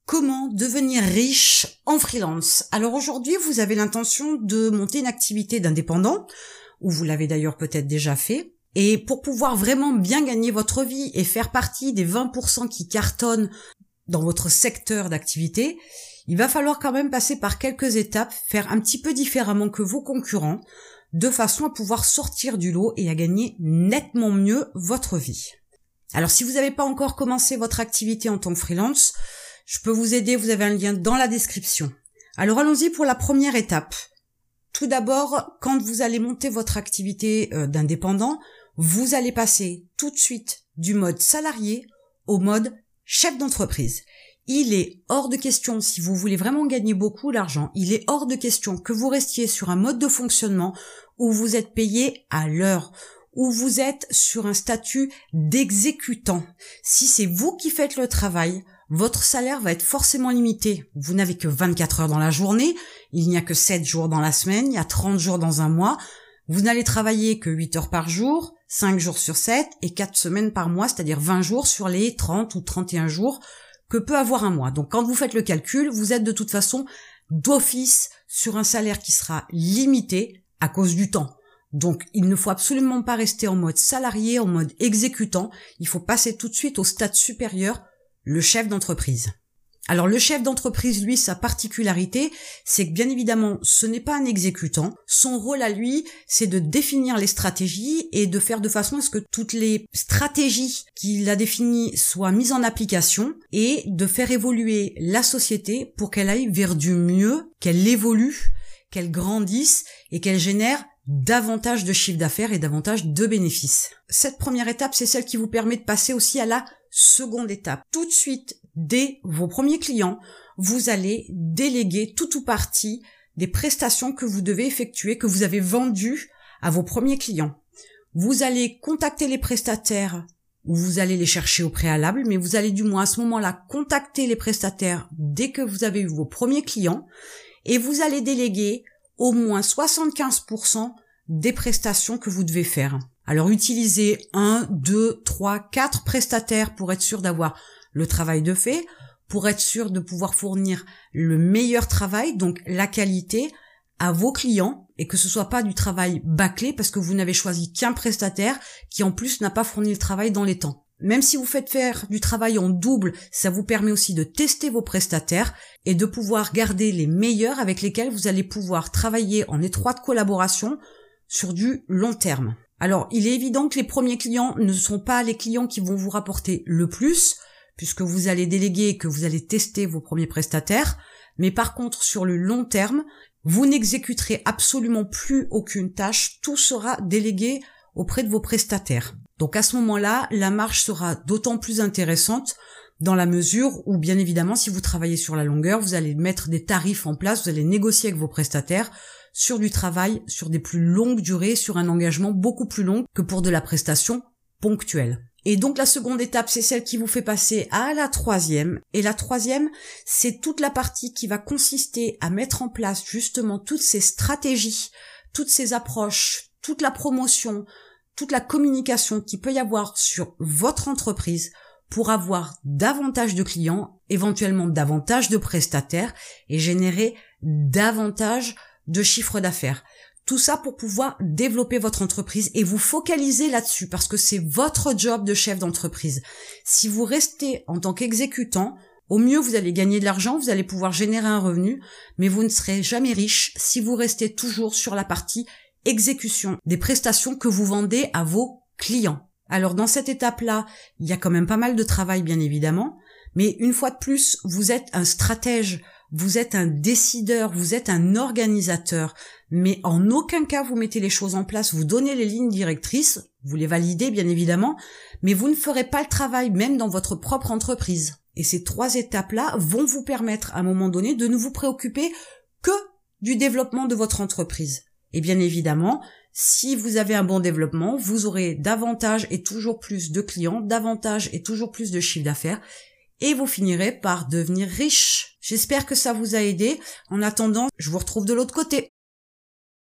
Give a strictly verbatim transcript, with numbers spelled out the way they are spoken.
Comment devenir riche en freelance? Alors aujourd'hui, vous avez l'intention de monter une activité d'indépendant, ou vous l'avez d'ailleurs peut-être déjà fait. Et pour pouvoir vraiment bien gagner votre vie et faire partie des vingt pour cent qui cartonnent dans votre secteur d'activité, il va falloir quand même passer par quelques étapes, faire un petit peu différemment que vos concurrents, de façon à pouvoir sortir du lot et à gagner nettement mieux votre vie. Alors si vous n'avez pas encore commencé votre activité en tant que freelance, je peux vous aider, vous avez un lien dans la description. Alors allons-y pour la première étape. Tout d'abord, quand vous allez monter votre activité euh, d'indépendant, vous allez passer tout de suite du mode salarié au mode chef d'entreprise. Il est hors de question, si vous voulez vraiment gagner beaucoup d'argent, il est hors de question que vous restiez sur un mode de fonctionnement où vous êtes payé à l'heure, où vous êtes sur un statut d'exécutant. Si c'est vous qui faites le travail, votre salaire va être forcément limité. Vous n'avez que vingt-quatre heures dans la journée, il n'y a que sept jours dans la semaine, il y a trente jours dans un mois. Vous n'allez travailler que huit heures par jour, cinq jours sur sept et quatre semaines par mois, c'est-à-dire vingt jours sur les trente ou trente et un jours que peut avoir un mois. Donc quand vous faites le calcul, vous êtes de toute façon d'office sur un salaire qui sera limité à cause du temps. Donc il ne faut absolument pas rester en mode salarié, en mode exécutant, il faut passer tout de suite au stade supérieur, le chef d'entreprise. Alors le chef d'entreprise, lui, sa particularité, c'est que bien évidemment, ce n'est pas un exécutant. Son rôle à lui, c'est de définir les stratégies et de faire de façon à ce que toutes les stratégies qu'il a définies soient mises en application et de faire évoluer la société pour qu'elle aille vers du mieux, qu'elle évolue, qu'elle grandisse et qu'elle génère davantage de chiffre d'affaires et davantage de bénéfices. Cette première étape, c'est celle qui vous permet de passer aussi à la seconde étape. Tout de suite, dès vos premiers clients, vous allez déléguer tout ou partie des prestations que vous devez effectuer, que vous avez vendues à vos premiers clients. Vous allez contacter les prestataires ou vous allez les chercher au préalable, mais vous allez du moins à ce moment-là contacter les prestataires dès que vous avez eu vos premiers clients et vous allez déléguer au moins soixante-quinze pour cent des prestations que vous devez faire. Alors utilisez un, deux, trois, quatre prestataires pour être sûr d'avoir le travail de fait, pour être sûr de pouvoir fournir le meilleur travail, donc la qualité, à vos clients, et que ce soit pas du travail bâclé parce que vous n'avez choisi qu'un prestataire qui en plus n'a pas fourni le travail dans les temps. Même si vous faites faire du travail en double, ça vous permet aussi de tester vos prestataires et de pouvoir garder les meilleurs avec lesquels vous allez pouvoir travailler en étroite collaboration sur du long terme. Alors, il est évident que les premiers clients ne sont pas les clients qui vont vous rapporter le plus, puisque vous allez déléguer et que vous allez tester vos premiers prestataires, mais par contre, sur le long terme, vous n'exécuterez absolument plus aucune tâche, tout sera délégué auprès de vos prestataires. Donc à ce moment-là, la marge sera d'autant plus intéressante dans la mesure où, bien évidemment, si vous travaillez sur la longueur, vous allez mettre des tarifs en place, vous allez négocier avec vos prestataires sur du travail, sur des plus longues durées, sur un engagement beaucoup plus long que pour de la prestation ponctuelle. Et donc la seconde étape, c'est celle qui vous fait passer à la troisième. Et la troisième, c'est toute la partie qui va consister à mettre en place justement toutes ces stratégies, toutes ces approches, toute la promotion, toute la communication qu'il peut y avoir sur votre entreprise pour avoir davantage de clients, éventuellement davantage de prestataires et générer davantage de chiffre d'affaires. Tout ça pour pouvoir développer votre entreprise et vous focaliser là-dessus parce que c'est votre job de chef d'entreprise. Si vous restez en tant qu'exécutant, au mieux vous allez gagner de l'argent, vous allez pouvoir générer un revenu, mais vous ne serez jamais riche si vous restez toujours sur la partie exécution des prestations que vous vendez à vos clients. Alors dans cette étape-là, il y a quand même pas mal de travail bien évidemment, mais une fois de plus, vous êtes un stratège, vous êtes un décideur, vous êtes un organisateur, mais en aucun cas vous mettez les choses en place, vous donnez les lignes directrices, vous les validez bien évidemment, mais vous ne ferez pas le travail même dans votre propre entreprise. Et ces trois étapes-là vont vous permettre à un moment donné de ne vous préoccuper que du développement de votre entreprise. Et bien évidemment, si vous avez un bon développement, vous aurez davantage et toujours plus de clients, davantage et toujours plus de chiffre d'affaires, et vous finirez par devenir riche. J'espère que ça vous a aidé. En attendant, je vous retrouve de l'autre côté.